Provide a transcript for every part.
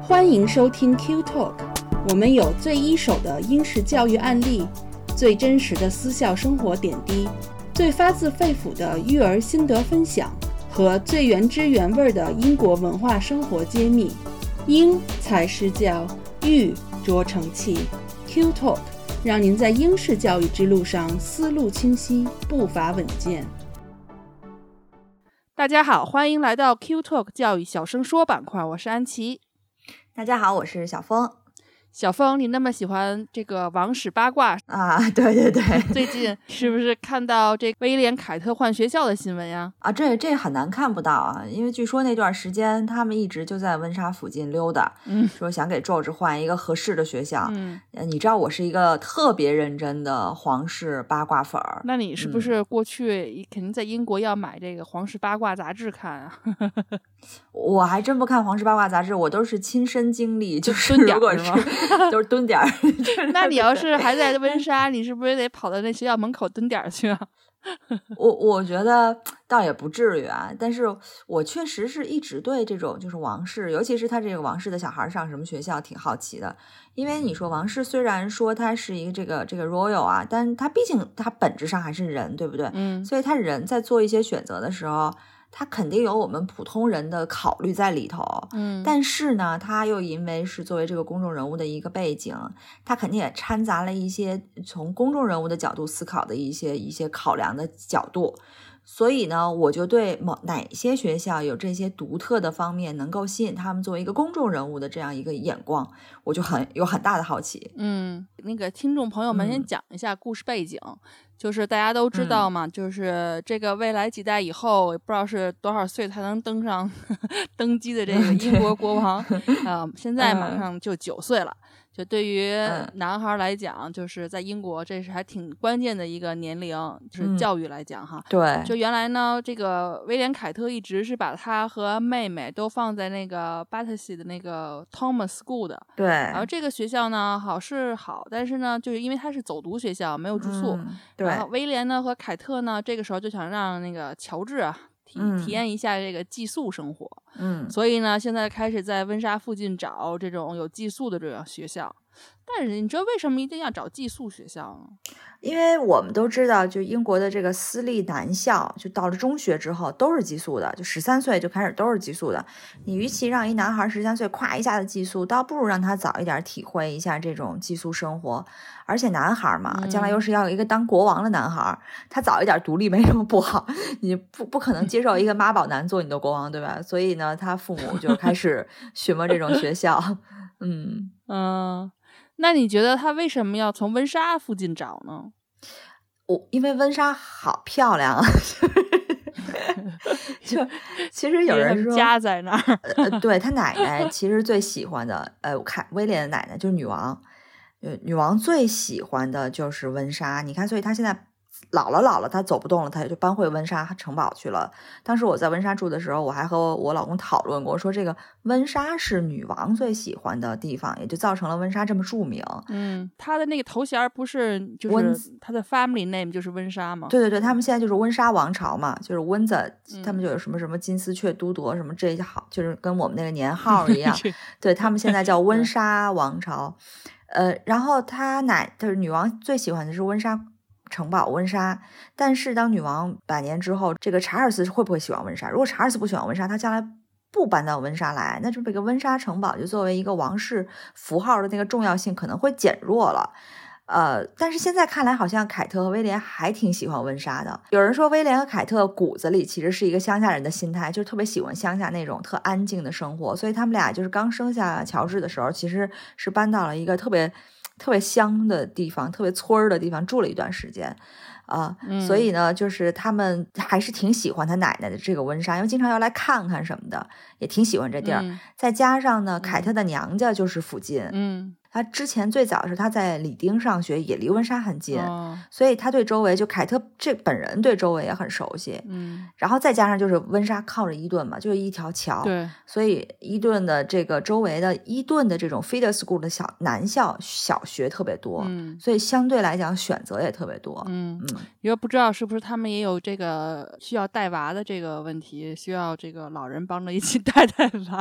欢迎收听 Q Talk， 我们有最一手的英式教育案例，最真实的私校生活点滴，最发自肺腑的育儿心得分享和最原汁原味的英国文化生活揭秘。英才施教，育拙成器。 Q Talk 让您在英式教育之路上思路清晰，步伐稳健。大家好，欢迎来到 Q Talk 教育小声说板块，我是安琪。 大家好，我是小峰。 小峰，你那么喜欢这个王室八卦啊？对对对， 最近是不是看到这威廉凯特换学校的新闻呀？ 啊，这很难看不到啊，因为据说那段时间他们一直就在温莎附近溜达，说想给 George 换一个合适的学校。你知道我是一个特别认真的皇室八卦粉儿， 那你是不是过去肯定在英国要买这个皇室八卦杂志看啊？ 我还真不看皇室八卦杂志，我都是亲身经历，就是蹲点如果是都是蹲点儿。 那你要是还在温莎，你是不是得跑到那学校门口蹲点去啊？ 我觉得倒也不至于啊，但是我确实是一直对这种就是王室，尤其是他这个王室的小孩上什么学校挺好奇的。因为你说王室虽然说他是一个这个 royal 啊，但他毕竟他本质上还是人，对不对？所以他人在做一些选择的时候，他肯定有我们普通人的考虑在里头。但是呢，他又因为是作为这个公众人物的一个背景，他肯定也掺杂了一些从公众人物的角度思考的一些考量的角度。所以呢，我就对哪些学校有这些独特的方面能够吸引他们作为一个公众人物的这样一个眼光，我就有很大的好奇。 那个听众朋友们先讲一下故事背景。就是大家都知道嘛，就是这个未来几代以后也不知道是多少岁才能登基的这个英国国王现在马上就9岁了。就对于男孩来讲，就是在英国这是还挺关键的一个年龄，就是教育来讲哈。 对， 就原来呢，这个威廉凯特一直是把他和妹妹都放在那个 Battersea 的那个 Thomas School 的。 对， 然后这个学校呢好是好，但是呢就是因为它是走读学校，没有住宿。 对， 然后威廉呢和凯特呢这个时候就想让那个乔治啊体验一下这个寄宿生活。所以呢现在开始在温莎附近找这种有寄宿的这种学校。但是你知道为什么一定要找寄宿学校呢？ 因为我们都知道，就英国的这个私立男校，就到了中学之后都是寄宿的，就13岁就开始都是寄宿的。你与其让一男孩13岁咵一下子寄宿，倒不如让他早一点体会一下这种寄宿生活。而且男孩嘛，将来又是要有一个当国王的男孩，他早一点独立没什么不好。你不可能接受一个妈宝男做你的国王，对吧？所以呢，他父母就开始询问这种学校。 那你觉得他为什么要从温莎附近找呢？ 因为温莎好漂亮啊。就其实有人说家在那儿。 对，他奶奶其实最喜欢的我看威廉的奶奶就是女王。女王最喜欢的就是温莎，你看，所以她现在老了，她走不动了，她就搬回温莎城堡去了。当时我在温莎住的时候，我还和我老公讨论过，说这个温莎是女王最喜欢的地方，也就造成了温莎这么著名。 她的那个头衔不是就是她的 family name 就是温莎吗？ 对，他们现在就是温莎王朝嘛，就是温泽，他们就有什么金丝雀都铎什么这些号，就是跟我们那个年号一样。对，他们现在叫温莎王朝。然后就是女王最喜欢的是温莎城堡温莎。但是当女王100年之后，这个查尔斯会不会喜欢温莎？如果查尔斯不喜欢温莎，他将来不搬到温莎来，那这个温莎城堡就作为一个王室符号的那个重要性可能会减弱了。但是现在看来好像凯特和威廉还挺喜欢温莎的。有人说威廉和凯特骨子里其实是一个乡下人的心态，就是特别喜欢乡下那种特安静的生活，所以他们俩就是刚生下乔治的时候其实是搬到了一个特别乡的地方，特别村儿的地方住了一段时间。所以呢就是他们还是挺喜欢他奶奶的这个温莎，因为经常要来看看什么的，也挺喜欢这地儿。再加上呢凯特的娘家就是附近。他之前最早的时候他在里丁上学，也离温莎很近。所以他对周围，就凯特本人对周围也很熟悉。然后再加上就是温莎靠着伊顿嘛，就是一条桥。 对， 所以伊顿的这个周围的伊顿的这种 feeder school 的男校小学特别多。所以相对来讲选择也特别多。 因为不知道是不是他们也有这个需要带娃的这个问题，需要这个老人帮着一起带娃。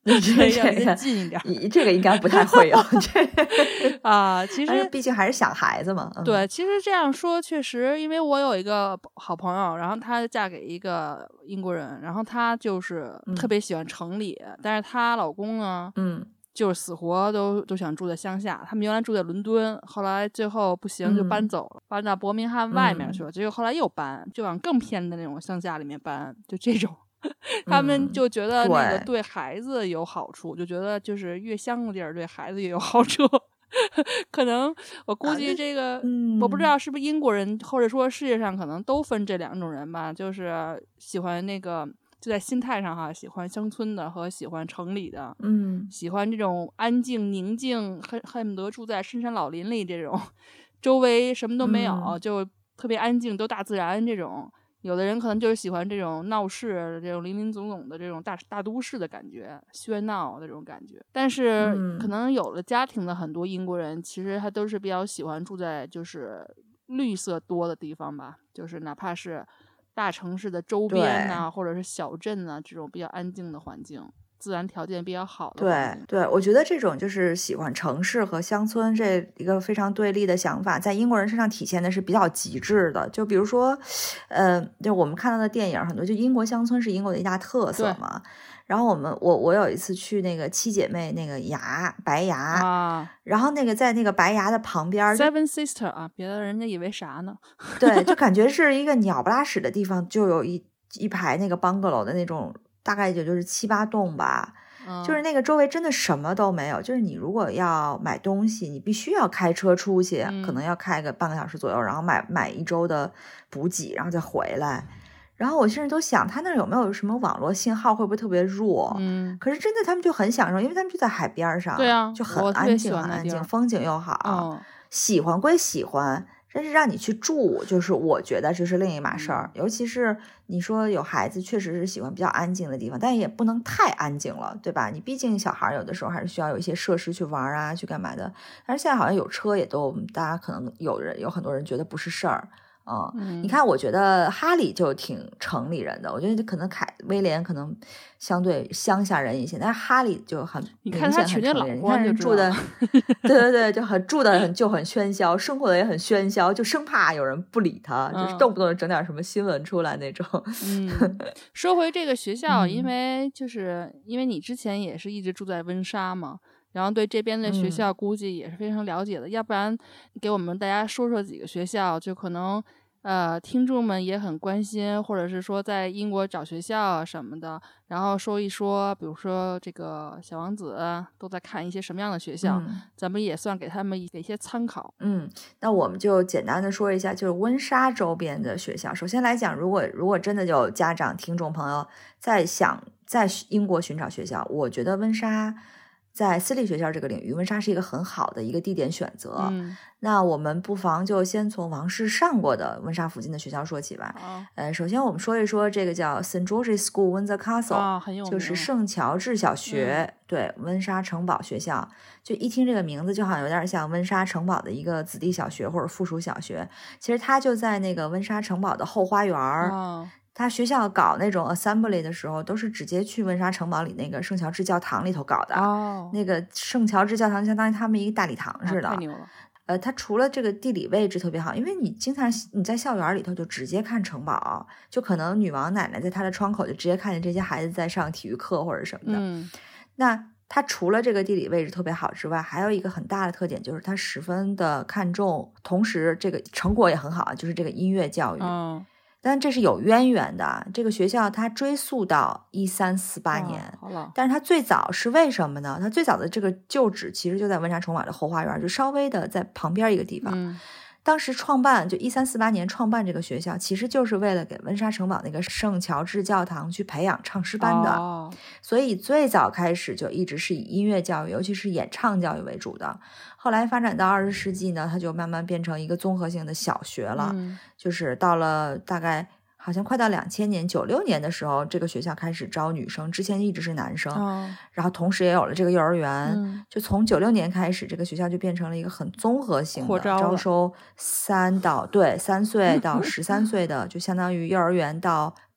这个近一点， 这个应该不太会有啊。其实毕竟还是小孩子嘛。 对，其实这样说确实，因为我有一个好朋友，然后她嫁给一个英国人，然后她就是特别喜欢城里，但是她老公呢，就是死活都想住在乡下。他们原来住在伦敦，后来最后不行就搬走了，搬到伯明翰外面去了。结果后来又搬，就往更偏的那种乡下里面搬，就这种。他们就觉得那个对孩子有好处，就觉得就是越乡的地儿对孩子也有好处。可能我估计这个，我不知道是不是英国人，或者说世界上可能都分这两种人吧，就是喜欢那个。就在心态上哈，喜欢乡村的和喜欢城里的，喜欢这种安静宁静，恨不得住在深山老林里这种，周围什么都没有，就特别安静，都大自然这种。有的人可能就是喜欢这种闹市，这种林林总总的这种大都市的感觉，喧闹的这种感觉。但是可能有了家庭的很多英国人，其实他都是比较喜欢住在就是绿色多的地方吧，就是哪怕是大城市的周边啊，或者是小镇啊，这种比较安静的环境，自然条件比较好的环境。 对，我觉得这种就是喜欢城市和乡村这一个非常对立的想法，在英国人身上体现的是比较极致的。就比如说，就我们看到的电影很多，就英国乡村是英国的一大特色嘛。然后我有一次去那个七姐妹那个白崖啊， 然后那个在那个白崖的旁边 Seven Sister 啊，别的人家以为啥呢？ 对，就感觉是一个鸟不拉屎的地方，就有一排那个 bungalow 的那种，大概也就是7、8栋吧。就是那个周围真的什么都没有，就是你如果要买东西，你必须要开车出去，可能要开个半个小时左右，然后买一周的补给，然后再回来。然后我甚至都想他那有没有什么网络信号，会不会特别弱？可是真的他们就很享受，因为他们就在海边上， 对啊， 就很安静很安静，风景又好。喜欢归喜欢，但是让你去住，就是我觉得这是另一码事儿。尤其是你说有孩子，确实是喜欢比较安静的地方，但也不能太安静了，对吧？你毕竟小孩有的时候还是需要有一些设施去玩啊，去干嘛的。但是现在好像有车也都，大家可能有很多人觉得不是事儿。你看，我觉得哈利就挺城里人的，我觉得可能威廉可能相对乡下人一些，但是哈利就很明显很城里人。你看人住的，对，就住的很喧嚣，生活的也很喧嚣，就生怕有人不理他，就是动不动整点什么新闻出来那种。 说回这个学校，因为你之前也是一直住在温莎嘛。然后对这边的学校估计也是非常了解的，要不然给我们大家说说几个学校，就可能听众们也很关心，或者是说在英国找学校啊什么的，然后说一说，比如说这个小王子都在看一些什么样的学校，咱们也算给他们给一些参考。 那我们就简单的说一下，就是温莎周边的学校。首先来讲，如果真的有家长听众朋友想在英国寻找学校，我觉得温莎在私立学校这个领域，温莎是一个很好的一个地点选择。那我们不妨就先从王室上过的温莎附近的学校说起吧。首先我们说一说这个叫 St. George's School Windsor Castle， 很有名， 就是圣乔治小学，对，温莎城堡学校。就一听这个名字，就好像有点像温莎城堡的一个子弟小学或者附属小学。其实它就在那个温莎城堡的后花园。他学校搞那种 assembly 的时候，都是直接去温莎城堡里那个圣乔治教堂里头搞的。那个圣乔治教堂相当于他们一个大礼堂似的。 太牛了。 它除了这个地理位置特别好，因为你经常你在校园里头就直接看城堡，就可能女王奶奶在她的窗口就直接看见这些孩子在上体育课或者什么的。那它除了这个地理位置特别好之外，还有一个很大的特点，就是它十分的看重，同时这个成果也很好，就是这个音乐教育。但这是有渊源的，这个学校它追溯到1348年，但是它最早是为什么呢？它最早的这个旧址其实就在温莎城堡的后花园，就稍微的在旁边一个地方。当时创办就1348年创办这个学校，其实就是为了给温莎城堡那个圣乔治教堂去培养唱诗班的。所以最早开始就一直是以音乐教育，尤其是演唱教育为主的。后来发展到20世纪呢，它就慢慢变成一个综合性的小学了。就是到了大概好像快到2000年96年的时候，这个学校开始招女生，之前一直是男生。然后同时也有了这个幼儿园。就从96年开始，这个学校就变成了一个很综合性的，招收3岁到13岁的，就相当于幼儿园到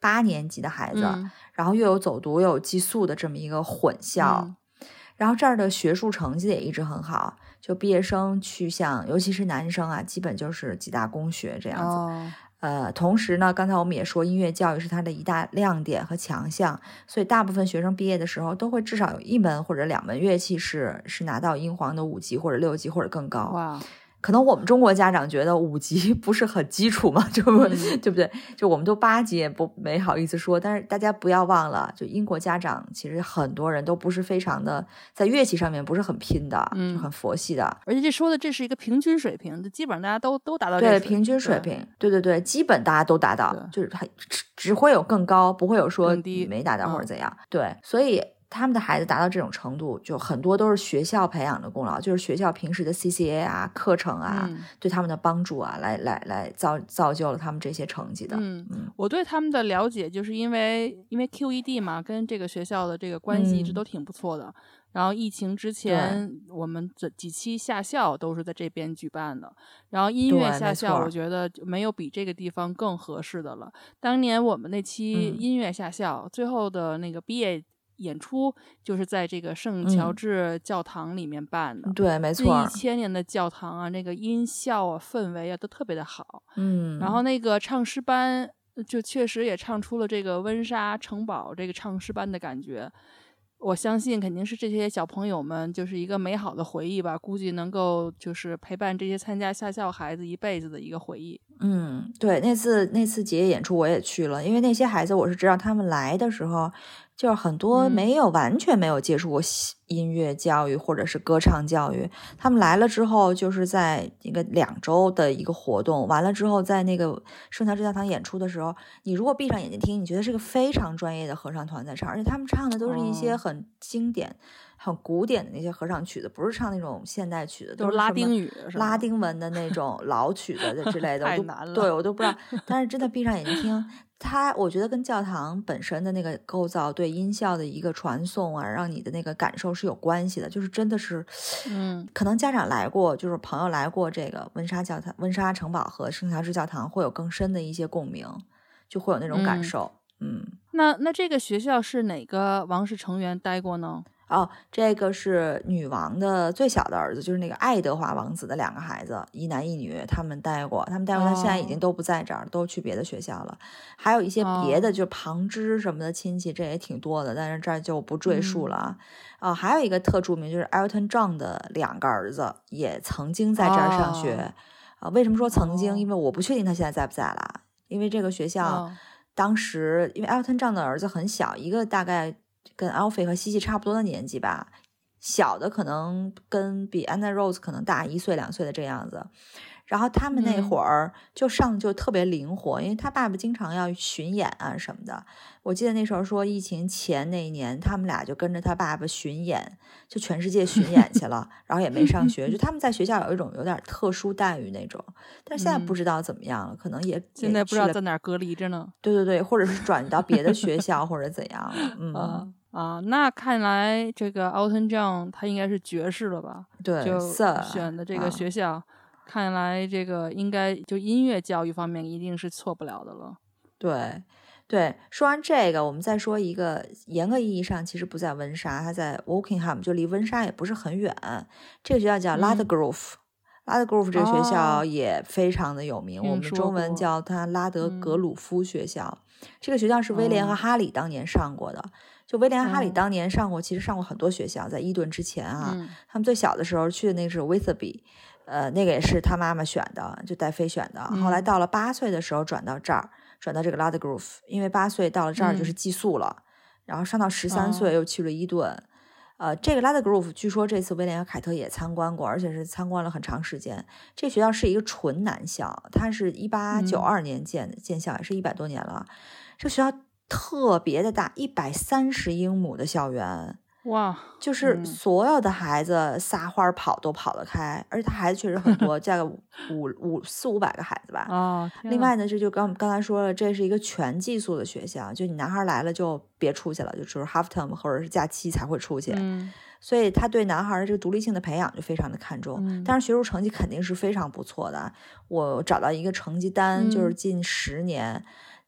8年级的孩子，然后又有走读又有寄宿的这么一个混校。然后这儿的学术成绩也一直很好，就毕业生去像尤其是男生啊，基本就是几大公学这样子。同时呢，刚才我们也说音乐教育是它的一大亮点和强项，所以大部分学生毕业的时候都会至少有1门或者2门乐器是拿到英皇的5级或者6级或者更高。 哇， 可能我们中国家长觉得5级不是很基础嘛，对不对？就我们都8级也没好意思说，但是大家不要忘了，就英国家长其实很多人都不是非常的在乐器上面不是很拼的，就很佛系的。 而且这是一个平均水平，基本上大家都达到这个水平。 对，平均水平，对，基本大家都达到，就是只会有更高，不会有说没达到或者怎样。对，所以他们的孩子达到这种程度，就很多都是学校培养的功劳，就是学校平时的 CCA 啊、课程啊，对他们的帮助啊，来造就了他们这些成绩的。 我对他们的了解，就是因为 QED 嘛，跟这个学校的这个关系一直都挺不错的。然后疫情之前，我们这几期夏校都是在这边举办的。然后音乐夏校，我觉得没有比这个地方更合适的了。当年我们那期音乐夏校，最后的那个毕业演出就是在这个圣乔治教堂里面办的。 对，没错。 1000年的教堂啊，那个音效啊、氛围啊都特别的好。然后那个唱诗班就确实也唱出了这个温莎城堡这个唱诗班的感觉。我相信肯定是这些小朋友们就是一个美好的回忆吧，估计能够就是陪伴这些参加夏校孩子一辈子的一个回忆。 对，那次结业演出我也去了，因为那些孩子我是知道他们来的时候就是很多完全没有接触过音乐教育或者是歌唱教育，他们来了之后就是在一个2周的一个活动，完了之后在那个圣乔治教堂演出的时候，你如果闭上眼睛听，你觉得是个非常专业的合唱团在唱，而且他们唱的都是一些很经典很古典的那些合唱曲子，不是唱那种现代曲子， 都是拉丁语、 拉丁文的那种老曲子之类的。 太难了， 对，我都不知道。但是真的闭上眼睛听，我觉得跟教堂本身的那个构造对音效的一个传送啊，让你的那个感受是有关系的。就是真的是，可能家长来过，就是朋友来过这个温莎教堂、温莎城堡和圣乔治教堂，会有更深的一些共鸣，就会有那种感受。 那这个学校是哪个王室成员待过呢？ 这个是女王的最小的儿子，就是那个爱德华王子的2个孩子，一男一女，他们待过，他现在已经都不在这儿，都去别的学校了。还有一些别的，就旁支什么的亲戚，这也挺多的，但是这儿就不赘述了还有一个特著名，就是 Elton John 的2个儿子也曾经在这儿上学为什么说曾经？因为我不确定他现在在不在了，因为这个学校当时因为 Elton John 的儿子很小，一个大概跟 Alfie 和西西差不多的年纪吧，小的可能比 Anna Rose 可能大1岁2岁的这样子。然后他们那会儿就上就特别灵活，因为他爸爸经常要巡演啊什么的。我记得那时候说疫情前那一年，他们俩就跟着他爸爸巡演，就全世界巡演去了，然后也没上学，就他们在学校有一种有点特殊待遇那种。但是现在不知道怎么样了，可能现在不知道在哪儿隔离着呢。 对，或者是转到别的学校或者怎样了。 那看来这个 Elton John 他应该是爵士了吧？ 对， 就选的这个学校。看来这个应该就音乐教育方面一定是错不了的了。 对，说完这个，我们再说一个，严格意义上其实不在温莎，它在 Wokingham， 就离温莎也不是很远。这个学校叫 Ladgrove，Ladgrove 这个学校也非常的有名，我们中文叫它拉德格鲁夫学校。这个学校是威廉和哈里当年上过的。就威廉和哈里当年其实上过很多学校，在伊顿之前他们最小的时候去的那个是 Witherby。那个也是他妈妈选的，就戴妃选的。后来到了8岁的时候转到这儿，转到这个 Ladgrove， 因为8岁到了这儿就是寄宿了，然后上到13岁又去了伊顿。这个 Ladgrove 据说这次威廉和凯特也参观过，而且是参观了很长时间。这学校是一个纯男校，它是1892年建校，也是100多年了。这学校特别的大，130英亩的校园。 哇， 就是所有的孩子撒欢跑都跑得开，而且他孩子确实很多，大概400-500个孩子吧。另外呢，这就刚才说了，这是一个全寄宿的学校，就你男孩来了就别出去了，就只有 half term 或者是假期才会出去。所以他对男孩的这个独立性的培养就非常的看重。当然学术成绩肯定是非常不错的。我找到一个成绩单，就是近10年。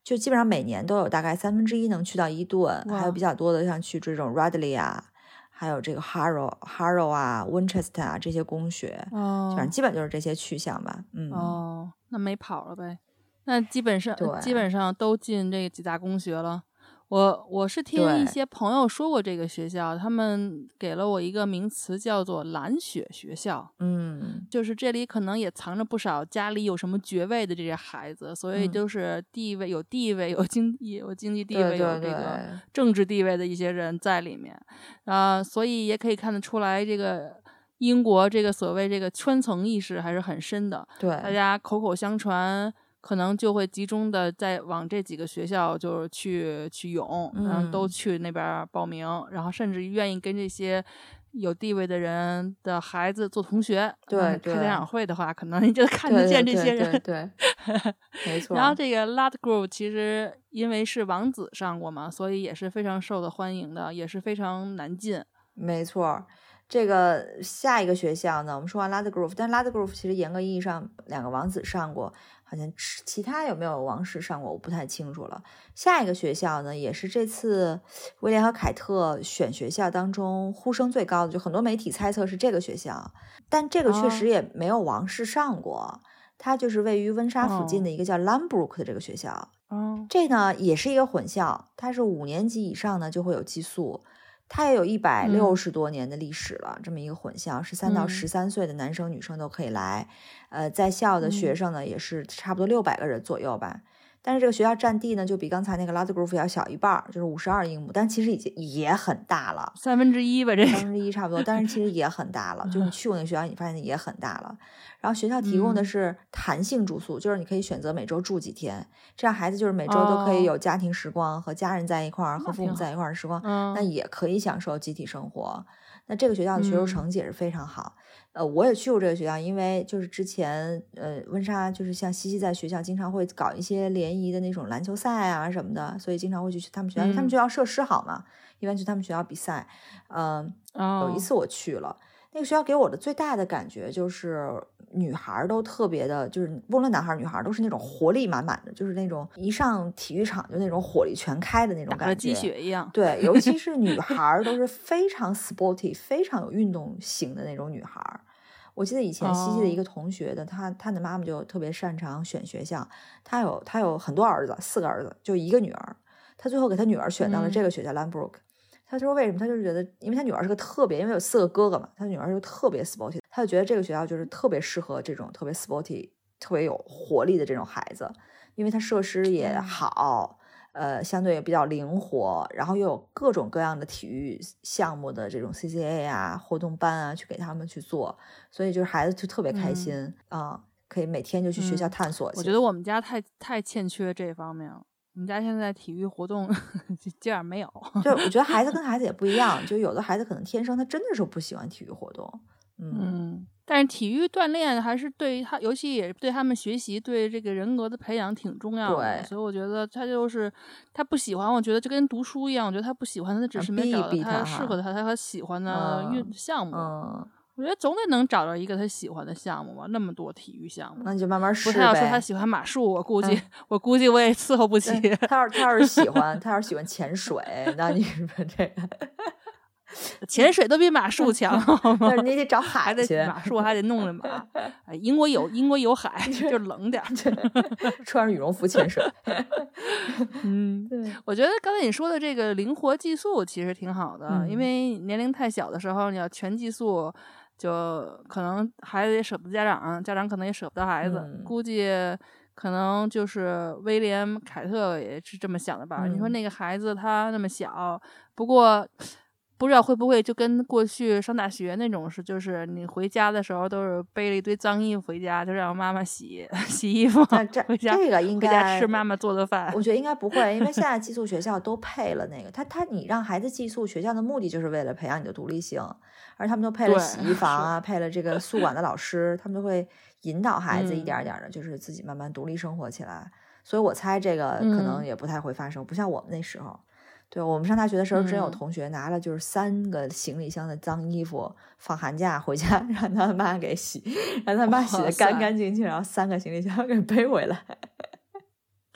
就基本上每年都有大概1/3能去到伊顿，还有比较多的像去这种 Radley 啊，还有这个 Harrow 啊 Winchester 啊这些公学，反正基本就是这些去向吧。 那没跑了呗，那基本上都进这几大公学了。我是听一些朋友说过这个学校，他们给了我一个名词叫做蓝血学校。就是这里可能也藏着不少家里有什么爵位的这些孩子，所以就是有地位有经济地位，有这个政治地位的一些人在里面。所以也可以看得出来，这个英国这个所谓这个圈层意识还是很深的。 对， 大家口口相传，可能就会集中的在往这几个学校就是去涌，然后都去那边报名，然后甚至愿意跟这些有地位的人的孩子做同学。 对， 开家长会的话，可能你就看得见这些人。 对，没错。 然后这个 Ladgrove 其实因为是王子上过嘛，所以也是非常受的欢迎的，也是非常难进。 没错。这个下一个学校呢，我们说完 Ladgrove， 但 Ladgrove 其实严格意义上2个王子上过，好像其他有没有王室上过我不太清楚了。下一个学校呢，也是这次威廉和凯特选学校当中呼声最高的，就很多媒体猜测是这个学校，但这个确实也没有王室上过。它就是位于温莎附近的一个叫 Lambrook 的这个学校。这呢也是一个混校，它是5年级以上呢就会有寄宿。它也有160多年的历史了，这么一个混校，13到13岁的男生女生都可以来。在校的学生呢也是差不多600个人左右吧。但是这个学校占地呢就比刚才那个 Ladgrove 要小一半，就是52英亩，但其实也很大了 ，1/3吧，这 1/3差不多，但是其实也很大了。就是你去过那个学校，你发现也很大了。然后学校提供的是弹性住宿，就是你可以选择每周住几天，这样孩子就是每周都可以有家庭时光，和家人在一块儿，和父母在一块儿的时光，那也可以享受集体生活。那这个学校的学术成绩也是非常好。我也去过这个学校，因为就是之前温莎就是像西西在学校经常会搞一些联谊的那种篮球赛啊什么的，所以经常会去他们学校，他们学校设施好嘛，一般去他们学校比赛。有一次我去了那个学校，给我的最大的感觉就是女孩都特别的，就是无论男孩女孩都是那种活力满满的，就是那种一上体育场就那种火力全开的那种感觉， 打了鸡血一样。 对，尤其是女孩都是非常 sporty 非常有运动型的那种女孩。我记得以前西西的一个同学的，他的妈妈就特别擅长选学校，他有很多儿子，4个儿子就1个女儿，他最后给他女儿选到了这个学校 Lambrook。他说为什么？他就是觉得，因为他女儿是个特别，因为有4个哥哥嘛，他女儿就特别 sporty， 他就觉得这个学校就是特别适合这种特别 sporty、特别有活力的这种孩子，因为它设施也好，相对也比较灵活，然后又有各种各样的体育项目的这种 CCA 啊、活动班啊，去给他们去做，所以就是孩子就特别开心可以每天就去学校探索去。 我觉得我们家太欠缺这方面了。我们家现在体育活动基本上没有。 对，我觉得孩子跟孩子也不一样，就有的孩子可能天生他真的是不喜欢体育活动。 但是体育锻炼还是对他，尤其也对他们学习、对这个人格的培养挺重要的。所以我觉得他不喜欢，我觉得就跟读书一样，我觉得他不喜欢，他只是没找到他适合他喜欢的项目。我觉得总得能找到一个他喜欢的项目吧，那么多体育项目， 那你就慢慢试呗。 不，他要说他喜欢马术，我估计我也伺候不起。 他要是喜欢潜水，那你说这个潜水都比马术强， 但是你得找海去， 马术还得弄着马。英国有海，就冷点， 穿上羽绒服潜水。 对，我觉得刚才你说的这个灵活寄宿其实挺好的，因为年龄太小的时候，你要全寄宿。就可能孩子也舍不得家长可能也舍不得孩子，估计可能就是威廉凯特也是这么想的吧。你说那个孩子他那么小，不过不知道会不会就跟过去上大学那种是，就是你回家的时候都是背了一堆脏衣服回家，就让妈妈洗衣服。 这个应该回家吃妈妈做的饭。 我觉得应该不会，因为现在寄宿学校都配了那个，你让孩子寄宿学校的目的就是为了培养你的独立性，而他们都配了洗衣房啊，配了这个宿管的老师，他们就会引导孩子一点点的，就是自己慢慢独立生活起来。所以我猜这个可能也不太会发生，不像我们那时候。对，我们上大学的时候，真有同学拿了就是3个行李箱的脏衣服，放寒假回家让他妈给洗，让他妈洗得干干净净，然后3个行李箱给背回来。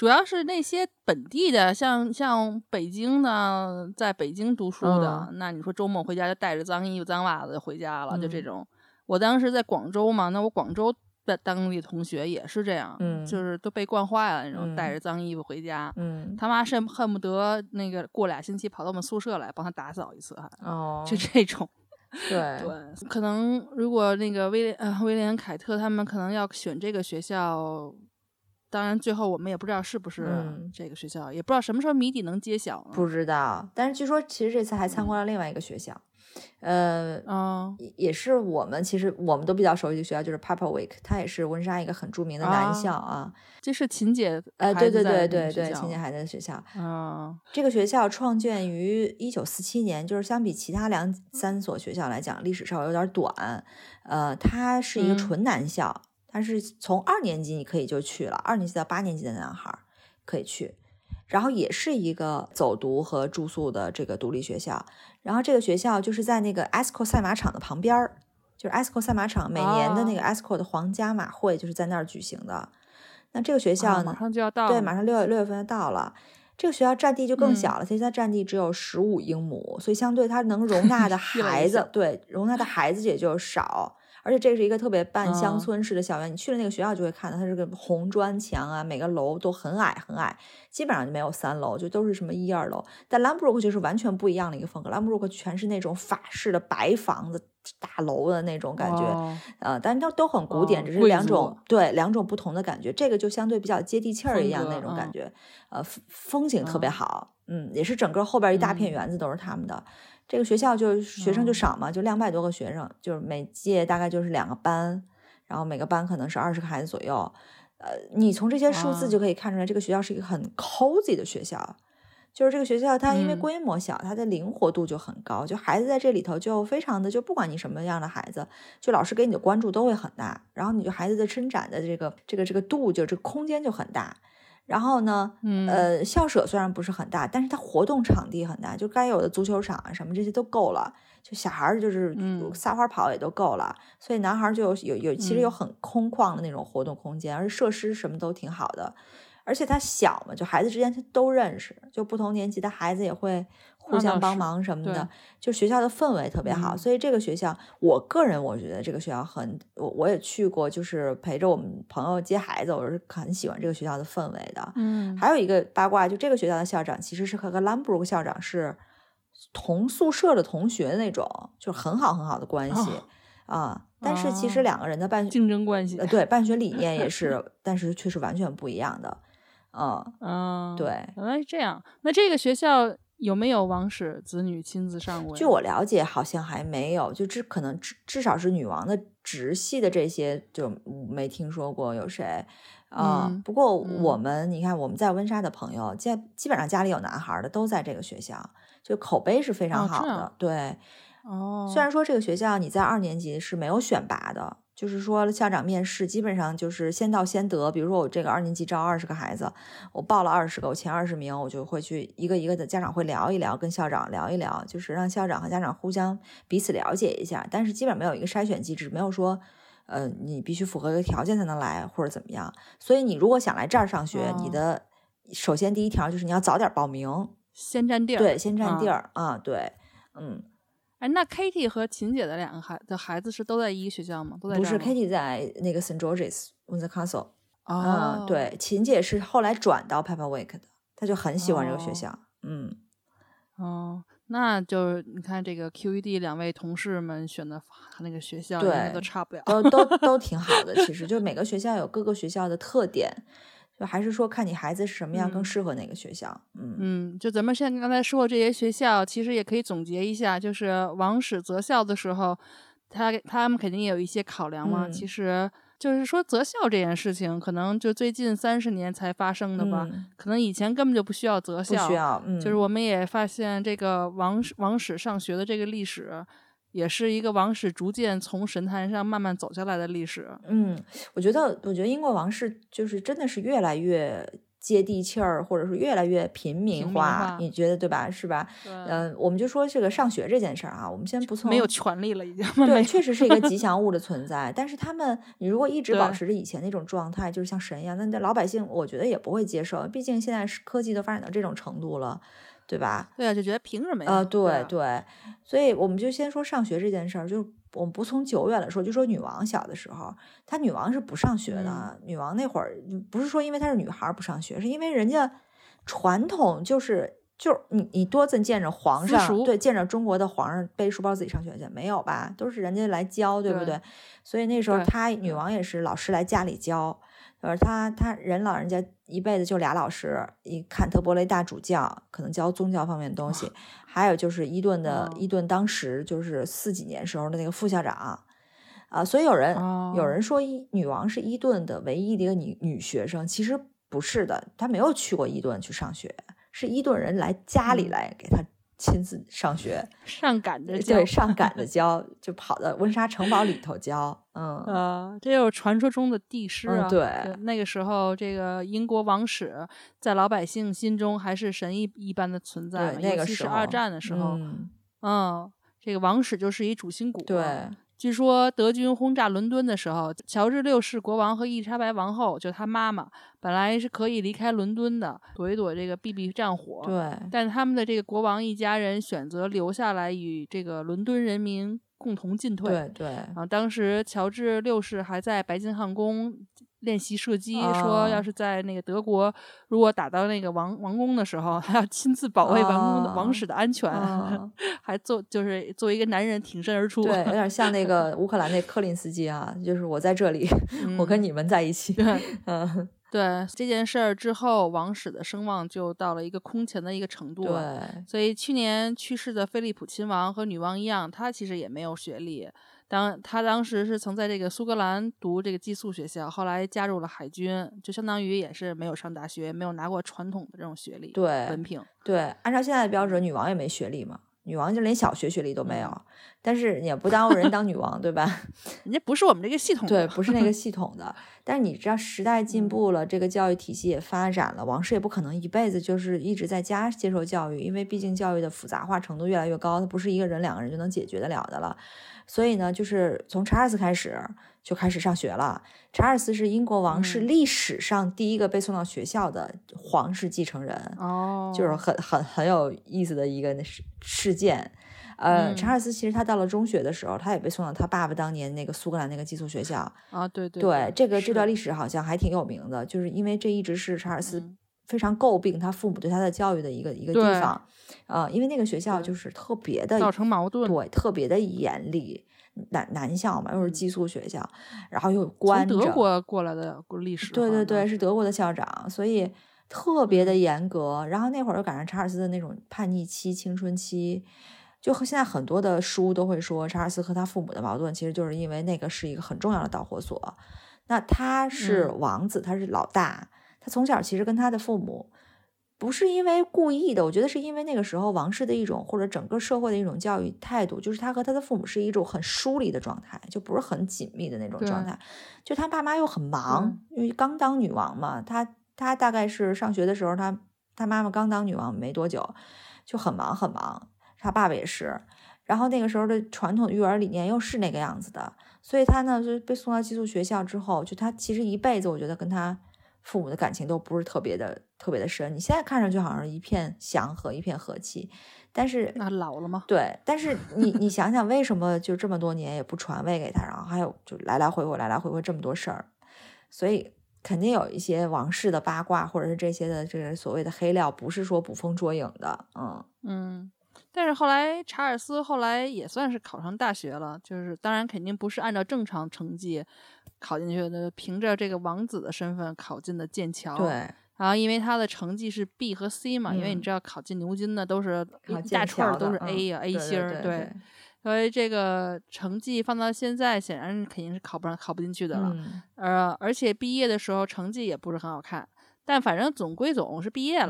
主要是那些本地的，像北京的，在北京读书的，那你说周末回家就带着脏衣服、脏袜子回家了，就这种。我当时在广州嘛，那我广州的当地同学也是这样，就是都被惯坏了那种，带着脏衣服回家。他妈恨不得那个过2星期跑到我们宿舍来帮他打扫一次，就这种。 对， 可能如果那个威廉凯特他们可能要选这个学校。当然最后我们也不知道是不是这个学校，也不知道什么时候谜底能揭晓， 不知道。但是据说其实这次还参观了另外一个学校，也是其实我们都比较熟悉的学校，就是 Pepperwick， 它也是温莎一个很著名的男校啊。 这是秦姐对，秦姐孩子的学校。这个学校创建于1947年，就是相比其他3所学校来讲，历史稍微有点短。它是一个纯男校。但是从2年级你可以就去了，2年级到8年级的男孩可以去，然后也是一个走读和住宿的这个独立学校。然后这个学校就是在那个 Ascot 赛马场的旁边，就是 Ascot 赛马场每年的那个 Ascot 的皇家马会就是在那儿举行的。那这个学校呢， 马上就要到了， 对，马上6月份就到了。这个学校占地就更小了，其实它占地只有15英亩，所以相对它能容纳的孩子，对，容纳的孩子也就少。而且这是一个特别半乡村式的校园，你去了那个学校就会看到它是个红砖墙啊，每个楼都很矮很矮，基本上就没有3楼，就都是什么1、2楼。但 Ladbroke 就是完全不一样的一个风格， Ladbroke 全是那种法式的白房子大楼的那种感觉，但是都很古典，只是两种不同的感觉。这个就相对比较接地气儿一样那种感觉，风景特别好，也是整个后边一大片园子都是他们的。这个学校就学生就少嘛，就200多个学生，就是每届大概就是2个班，然后每个班可能是20个孩子左右。你从这些数字就可以看出来，这个学校是一个很 cozy 的学校。就是这个学校它因为规模小，它的灵活度就很高，就孩子在这里头就非常的，就不管你什么样的孩子，就老师给你的关注都会很大，然后你就孩子的伸展的这个度，就这个空间就很大。然后呢，校舍虽然不是很大，但是它活动场地很大，就该有的足球场啊什么这些都够了，就小孩就是撒欢跑也都够了，所以男孩就其实有很空旷的那种活动空间，而且设施什么都挺好的。而且他小嘛，就孩子之间他都认识，就不同年级的孩子也会互相帮忙什么的，就学校的氛围特别好。所以这个学校，我个人我觉得这个学校我也去过，就是陪着我们朋友接孩子，我是很喜欢这个学校的氛围的。还有一个八卦，就这个学校的校长其实是和Ladbroke校长是同宿舍的同学那种，就很好很好的关系但是其实2个人的竞争关系， 对，办学理念也是，但是却是完全不一样的。对， 原来是这样。那这个学校有没有王室子女亲自上过？ 据我了解，好像还没有，就可能至少是女王的直系的这些就没听说过有谁不过你看我们在温莎的朋友，基本上家里有男孩的都在这个学校，就口碑是非常好的。对，虽然说这个学校你在2年级是没有选拔的。就是说校长面试基本上就是先到先得，比如说我这个2年级招20个孩子，我报了20个，我前20名，我就会去一个一个的家长会聊一聊，跟校长聊一聊，就是让校长和家长互相彼此了解一下。但是基本没有一个筛选机制，没有说你必须符合一个条件才能来或者怎么样。所以你如果想来这儿上学，你的首先第一条就是你要早点报名， 先占地儿。 对，先占地儿对， 那 Katie 和秦姐的2个孩子是都在一个学校吗？都在这儿吗？ 不是 Katie 在那个 St. George's Windsor Castle。对，秦姐是后来转到 Pepperwick 的，她就很喜欢这个学校。 那就是你看这个 QED 2位同事们选的那个学校， 对， 都差不了， 都挺好的。其实就每个学校有各个学校的特点。就还是说看你孩子是什么样更适合哪个学校。 就咱们现在刚才说这些学校其实也可以总结一下，就是王室择校的时候他们肯定也有一些考量嘛。其实就是说择校这件事情可能就最近30年才发生的吧，可能以前根本就不需要择校， 不需要。 就是我们也发现这个王室上学的这个历史也是一个王室逐渐从神坛上慢慢走下来的历史。 我觉得英国王室就是真的是越来越接地气儿，或者是越来越平民化，你觉得对吧？是吧？我们就说这个上学这件事儿啊，我们先不从没有权利了，已经对，确实是一个吉祥物的存在。但是他们，你如果一直保持着以前那种状态，就是像神一样，那老百姓我觉得也不会接受。毕竟现在科技都发展到这种程度了，对吧？ 对啊，就觉得凭什么呀？ 对对，所以我们就先说上学这件事儿，就我们不从久远了说，就说女王小的时候，她女王是不上学的。女王那会儿不是说因为她是女孩不上学，是因为人家传统就是你多次见着皇上，对，见着中国的皇上背书包自己上学去没有吧？都是人家来教，对不对？所以那时候她女王也是老师来家里教。他人老人家一辈子就俩老师，一坎特伯雷大主教可能教宗教方面的东西，还有就是伊顿当时就是40几年时候的那个副校长所以有人说女王是伊顿的唯一的一个女学生，其实不是的，她没有去过伊顿去上学，是伊顿人来家里来给她亲自上学， 上赶着教， 对，上赶着教，就跑到温莎城堡里头教。 这就是传说中的帝师啊。 对， 那个时候这个英国王室在老百姓心中还是神一般的存在， 那个尤其是2战的时候，这个王室就是一主心骨。 对。 据说德军轰炸伦敦的时候，乔治6世国王和伊丽莎白王后，就他妈妈，本来是可以离开伦敦的，躲一躲这个避战火。 对， 但他们的这个国王一家人选择留下来与这个伦敦人民共同进退。 对。 当时乔治6世还在白金汉宫练习射击，说要是在那个德国如果打到那个王宫的时候，还要亲自保卫王室的安全，还就是作为一个男人挺身而出。 对，有点像那个乌克兰那克林斯基啊，就是我在这里，我跟你们在一起。 对这件事儿之后，王室的声望就到了一个空前的一个程度了。 对， 所以去年去世的菲利普亲王和女王一样，他其实也没有学历。他当时是曾在这个苏格兰读这个寄宿学校，后来加入了海军，就相当于也是没有上大学，没有拿过传统的这种学历文凭。 对，按照现在的标准，女王也没学历嘛。女王就连小学学历都没有，但是也不耽误人当女王，对吧？ 人家不是我们这个系统的， 对，不是那个系统的。但是你知道，时代进步了，这个教育体系也发展了，王室也不可能一辈子就是一直在家接受教育，因为毕竟教育的复杂化程度越来越高，它不是一个人2个人就能解决得了的了。所以呢，就是从查尔斯开始就开始上学了。查尔斯是英国王室历史上第一个被送到学校的皇室继承人，就是很有意思的一个事件。查尔斯其实他到了中学的时候，他也被送到他爸爸当年那个苏格兰那个寄宿学校啊。对， 这段历史好像还挺有名的，就是因为这一直是查尔斯非常诟病他父母对他的教育的一个地方。因为那个学校就是特别的造成矛盾， 对，特别的严厉，男校嘛，又是寄宿学校，然后又关着， 从德国过来的历史， 对，是德国的校长，所以特别的严格。然后那会儿又赶上查尔斯的那种叛逆期、青春期，就现在很多的书都会说，查尔斯和他父母的矛盾，其实就是因为那个是一个很重要的导火索。那他是王子，他是老大，他从小其实跟他的父母不是因为故意的，我觉得是因为那个时候王室的一种或者整个社会的一种教育态度，就是他和他的父母是一种很疏离的状态，就不是很紧密的那种状态。就他爸妈又很忙，因为刚当女王嘛，他大概是上学的时候，他妈妈刚当女王没多久，就很忙。他爸爸也是，然后那个时候的传统育儿理念又是那个样子的，所以他呢就被送到寄宿学校之后，就他其实一辈子我觉得跟他父母的感情都不是特别的深。你现在看上去好像是一片祥和，一片和气，但是那老了吗？ 对，但是你想想，为什么就这么多年也不传位给他，然后还有就来来回回这么多事儿，所以肯定有一些王室的八卦，或者是这些的这个所谓的黑料，不是说捕风捉影的。 但是后来查尔斯后来也算是考上大学了，就是当然肯定不是按照正常成绩考进去的，凭着这个王子的身份考进的剑桥。 对， 然后因为他的成绩是 B 和 C 嘛，因为你知道考进牛津的都是一大串都是 A 呀、A 星， 对， 所以这个成绩放到现在显然肯定是考不进去的了。而且毕业的时候成绩也不是很好看，但反正总归总是毕业了。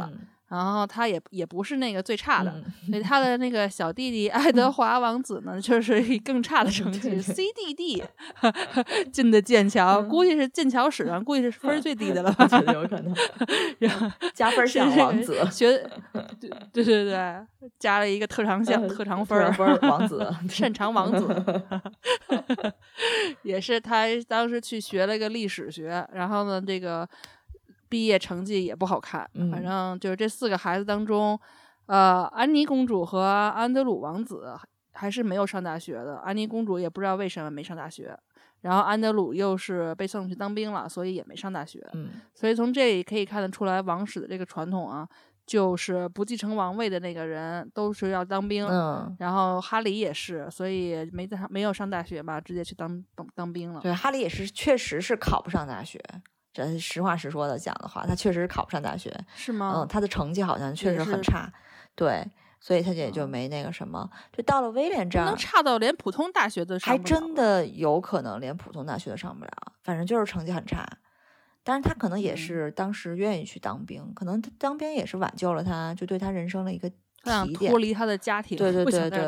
然后他也不是那个最差的，所以他的那个小弟弟爱德华王子呢，就是以更差的成绩CDD 进的剑桥，估计是剑桥史上估计是分最低的了， 我觉得有可能。然后加分项王子， 对，加了一个特长项特长分王子， 擅长王子，也是他当时去学了个历史学，然后呢，这个毕业成绩也不好看，反正就是这4个孩子当中，安妮公主和安德鲁王子还是没有上大学的。安妮公主也不知道为什么没上大学，然后安德鲁又是被送去当兵了，所以也没上大学。所以从这里可以看得出来，王室的这个传统啊，就是不继承王位的那个人都是要当兵。然后哈里也是，所以没有上大学吧，直接去当兵了。 对，哈里也是，确实是考不上大学。这实话实说的讲的话，他确实是考不上大学。 是吗？ 他的成绩好像确实很差。对，所以他也就没那个什么。就到了威廉这儿， 能差到连普通大学都上不了， 还真的有可能连普通大学都上不了。反正就是成绩很差。当然他可能也是当时愿意去当兵，可能他当兵也是挽救了他，就对他人生的一个提点， 脱离他的家庭。 对，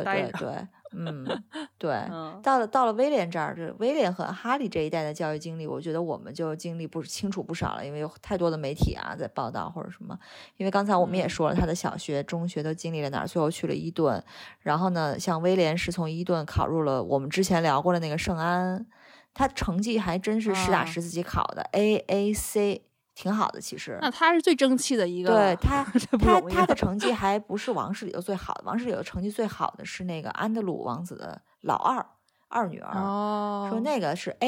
对。到了威廉这儿，这威廉和哈利这一代的教育经历，我觉得我们就经历清楚不少了，因为有太多的媒体啊在报道或者什么。因为刚才我们也说了，他的小学、中学都经历了哪儿，最后去了伊顿。然后呢，像威廉是从伊顿考入了我们之前聊过的那个圣安，他成绩还真是实打实自己考的AAC。挺好的，其实。 那他是最争气的一个。 对他的成绩还不是王室里头最好的，王室里头成绩最好的是那个安德鲁王子的老二女儿。说那个是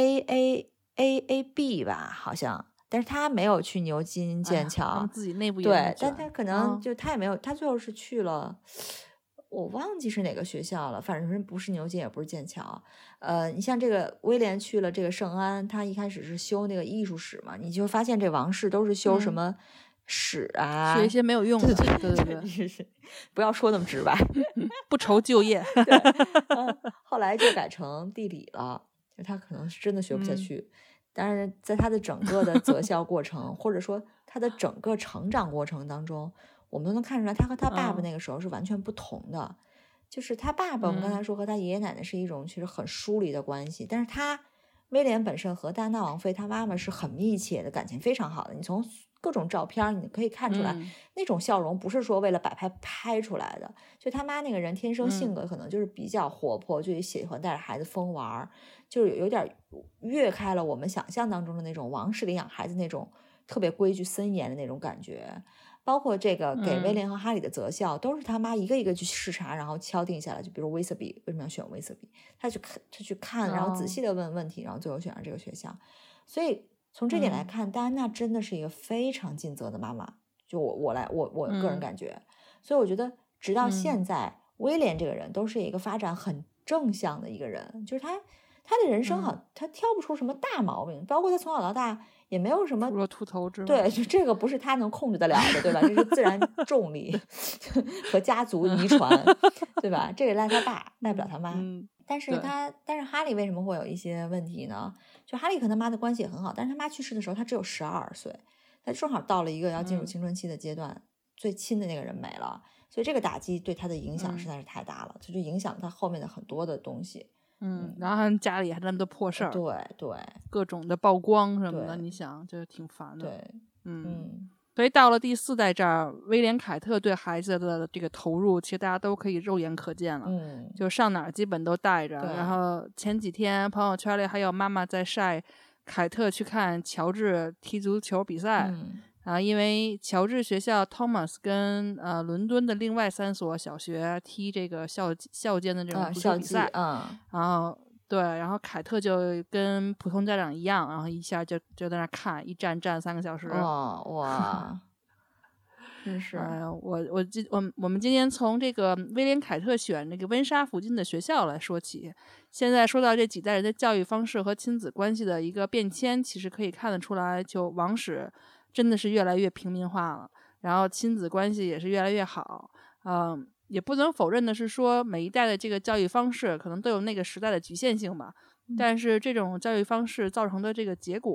AAB 吧，好像，但是他没有去牛津、剑桥， 自己内部对，但他可能就他也没有，他最后是去了。我忘记是哪个学校了，反正不是牛津也不是剑桥。你像这个威廉去了这个圣安，他一开始是修那个艺术史嘛，你就发现这王室都是修什么史啊， 学一些没有用的。 对，不要说那么直白， 不愁就业。 后来就改成地理了，就他可能是真的学不下去。但是在他的整个的择校过程，或者说他的整个成长过程当中，我们都能看出来，他和他爸爸那个时候是完全不同的。就是他爸爸，我们刚才说和他爷爷奶奶是一种其实很疏离的关系，但是他威廉本身和戴安娜王妃他妈妈是很密切的，感情非常好的。你从各种照片你可以看出来，那种笑容不是说为了摆拍出来的。就他妈那个人天生性格可能就是比较活泼，就喜欢带着孩子疯玩，就是有点越开了我们想象当中的那种王室里养孩子那种特别规矩森严的那种感觉。包括这个给威廉和哈里的择校，都是他妈一个一个去视察，然后敲定下来。就比如威瑟比为什么要选威瑟比，他去看，然后仔细的问问题，然后最后选上这个学校。所以从这点来看，戴安娜真的是一个非常尽责的妈妈。就我个人感觉，所以我觉得直到现在，威廉这个人都是一个发展很正向的一个人，就是他的人生好，他挑不出什么大毛病，包括他从小到大也没有什么除了秃头之外， 对，就这个不是他能控制得了的，对吧？这是自然重力和家族遗传，对吧？这个赖他爸，赖不了他妈。但是哈利为什么会有一些问题呢？就哈利和他妈的关系也很好，但是他妈去世的时候他只有12岁，他正好到了一个要进入青春期的阶段，最亲的那个人没了，所以这个打击对他的影响实在是太大了，这就影响他后面的很多的东西。 然后他家里还那么多破事儿， 对， 各种的曝光什么的，你想就挺烦的。 对， 所以到了第4代这儿，威廉凯特对孩子的这个投入，其实大家都可以肉眼可见了。就上哪儿基本都带着。然后前几天朋友圈里还有妈妈在晒凯特去看乔治踢足球比赛。因为乔治学校 Thomas 跟伦敦的另外3所小学踢这个校间的这种足球比赛，然后对，然后凯特就跟普通家长一样，然后一下就在那看，一站3个小时。 哇，真是！ 我们今天从这个威廉凯特选这个温莎附近的学校来说起。现在说到这几代人的教育方式和亲子关系的一个变迁，其实可以看得出来，就王室真的是越来越平民化了，然后亲子关系也是越来越好。也不能否认的是说，每一代的这个教育方式可能都有那个时代的局限性吧。但是这种教育方式造成的这个结果，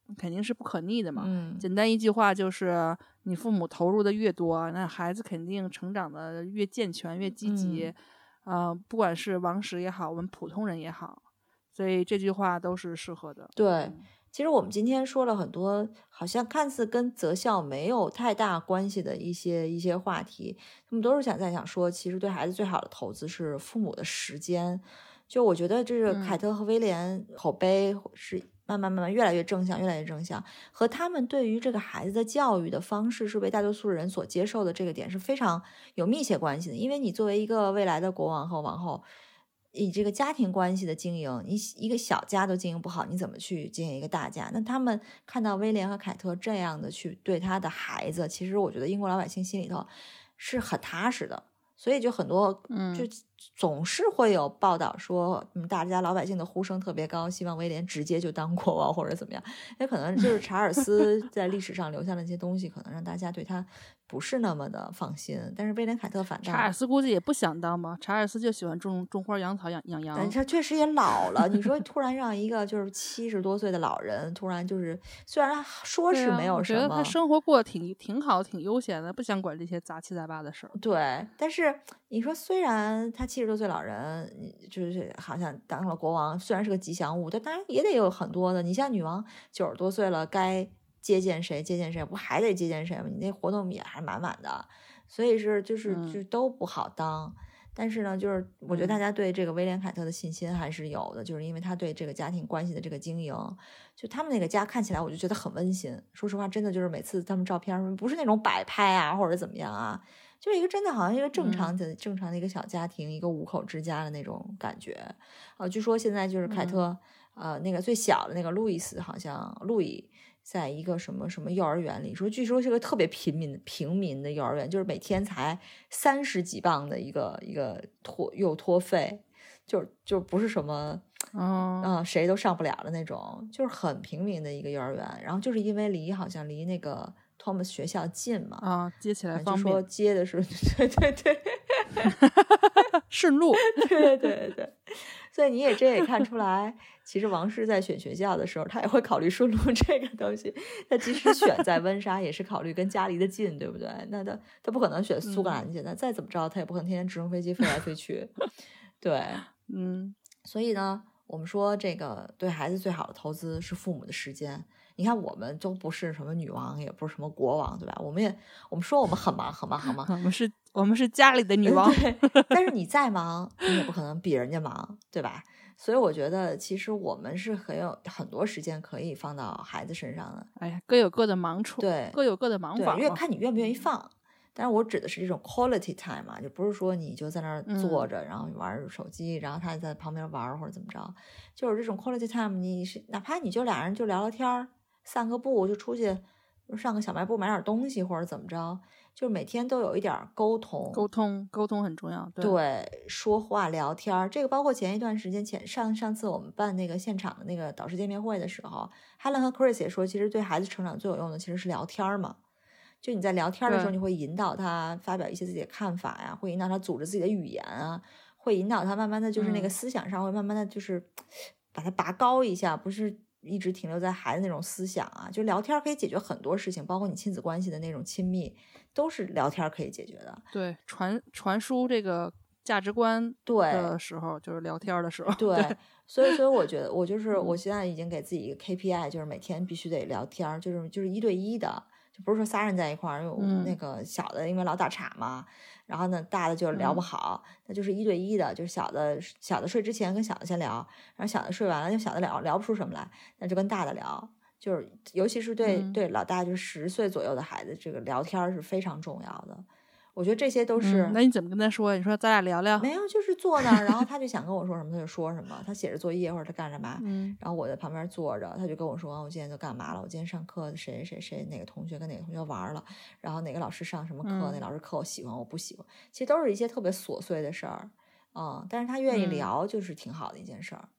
肯定是不可逆的嘛。 简单一句话就是，你父母投入的越多，那孩子肯定成长的越健全、越积极。不管是王石也好，我们普通人也好，所以这句话都是适合的。 对。其实我们今天说了很多好像看似跟择校没有太大关系的一些话题，他们都是想说，其实对孩子最好的投资是父母的时间。就我觉得这是凯特和威廉口碑是慢慢越来越正向，和他们对于这个孩子的教育的方式是被大多数人所接受的这个点是非常有密切关系的。因为你作为一个未来的国王和王后，你这个家庭关系的经营，你一个小家都经营不好，你怎么去经营一个大家？那他们看到威廉和凯特这样的去对他的孩子，其实我觉得英国老百姓心里头是很踏实的。所以就很多就总是会有报道说大家老百姓的呼声特别高，希望威廉直接就当国王或者怎么样。也可能就是查尔斯在历史上留下的一些东西可能让大家对他不是那么的放心，但是威廉凯特反倒查尔斯估计也不想当吧，查尔斯就喜欢种花养草养羊。 但他确实也老了，你说突然让一个就是70多岁的老人突然就是虽然说是没有什么， 我觉得他生活过得挺好挺悠闲的，不想管这些杂七杂八的事儿。 对，但是你说虽然他70多岁老人就是好像当了国王，虽然是个吉祥物，但当然也得有很多的，你像女王90多岁了，该接见谁不还得接见谁吗？你那活动也还满满的，所以是就都不好当。但是呢，就是我觉得大家对这个威廉凯特的信心还是有的，就是因为他对这个家庭关系的这个经营，就他们那个家看起来我就觉得很温馨。说实话，真的就是每次他们照片不是那种摆拍啊或者怎么样啊，就是一个真的好像一个正常的一个小家庭，一个5口之家的那种感觉。据说现在就是凯特那个最小的那个路易斯，好像路易在一个什么幼儿园里，据说是个特别平民的幼儿园，就是每天才30几磅的一个托费，就不是什么谁都上不了的那种，就是很平民的一个幼儿园。然后就是因为好像离那个 Thomas 学校近嘛， 接起来方便， 就说接的是对顺路， 对。所以这也看出来，其实王室在选学校的时候，他也会考虑顺路这个东西。他即使选在温莎，也是考虑跟家离得近，对不对？那他不可能选苏格兰去，那再怎么着，他也不可能天天直升飞机飞来飞去。对，所以呢，我们说这个对孩子最好的投资是父母的时间。你看，我们都不是什么女王，也不是什么国王，对吧？我们说我们很忙， 我们是家里的女王。 对，但是你再忙，你也不可能比人家忙，对吧？所以我觉得，其实我们是很多时间可以放到孩子身上的。 哎呀，各有各的忙处， 对， 各有各的忙法， 看你愿不愿意放。但是我指的是这种 quality time 嘛，就不是说你就在那儿坐着，然后玩手机，然后他在旁边玩或者怎么着，就是这种 quality time， 哪怕你就俩人就聊聊天，散个步，就出去上个小卖部买点东西或者怎么着，就每天都有一点沟通很重要。 对，说话聊天，这个包括前一段时间上次我们办那个现场的那个导师见面会的时候 ，Helen 和 Chris 也说，其实对孩子成长最有用的其实是聊天嘛。就你在聊天的时候，你会引导他发表一些自己的看法呀，会引导他组织自己的语言啊，会引导他慢慢的就是那个思想上会慢慢的就是把它拔高一下，不是一直停留在孩子那种思想啊。就聊天可以解决很多事情，包括你亲子关系的那种亲密，都是聊天可以解决的。 对，传输这个价值观的时候，就是聊天的时候。 对，所以我觉得我现在已经给自己一个 KPI， 就是每天必须得聊天，就是1对1的。不是说仨人在一块儿，那个小的因为老打岔嘛，然后呢大的就聊不好，那就是1对1的，就是小的睡之前跟小的先聊，然后小的睡完了就小的聊不出什么来，那就跟大的聊，就是尤其是对老大就是10岁左右的孩子，这个聊天是非常重要的。我觉得这些都是那你怎么跟他说？你说咱俩聊聊？ 没有，就是坐那儿，然后他就想跟我说什么他就说什么，他写着作业或者他干什么，然后我在旁边坐着，他就跟我说我今天都干嘛了，我今天上课谁哪个同学跟哪个同学玩了，然后哪个老师上什么课，那老师课我喜欢我不喜欢，其实都是一些特别琐碎的事儿，但是他愿意聊就是挺好的一件事儿。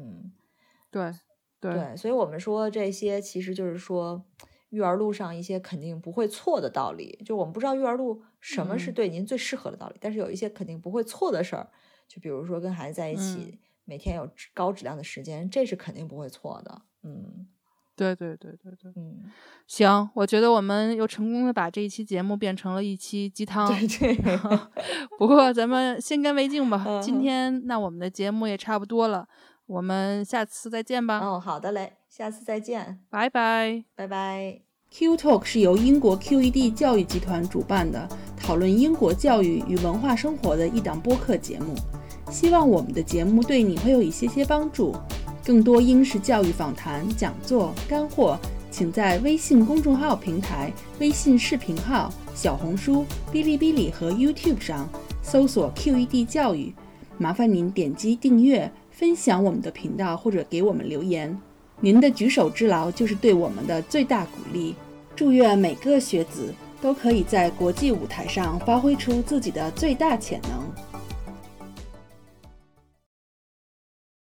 对，所以我们说这些其实就是说育儿路上一些肯定不会错的道理，就我们不知道育儿路什么是对您最适合的道理，但是有一些肯定不会错的事儿，就比如说跟孩子在一起，每天有高质量的时间，这是肯定不会错的。 对，行，我觉得我们又成功的把这一期节目变成了一期鸡汤。 对不过咱们先干为敬吧。今天那我们的节目也差不多了，我们下次再见吧。 好的嘞，下次再见， 拜拜， 拜拜。 Q Talk 是由英国 QED 教育集团主办的，讨论英国教育与文化生活的一档播客节目。希望我们的节目对你会有一些帮助。更多英式教育访谈、讲座、干货，请在微信公众号平台、微信视频号、小红书、哔哩哔哩和 YouTube 上搜索 QED 教育。麻烦您点击订阅、分享我们的频道或者给我们留言。您的举手之劳就是对我们的最大鼓励。祝愿每个学子都可以在国际舞台上发挥出自己的最大潜能。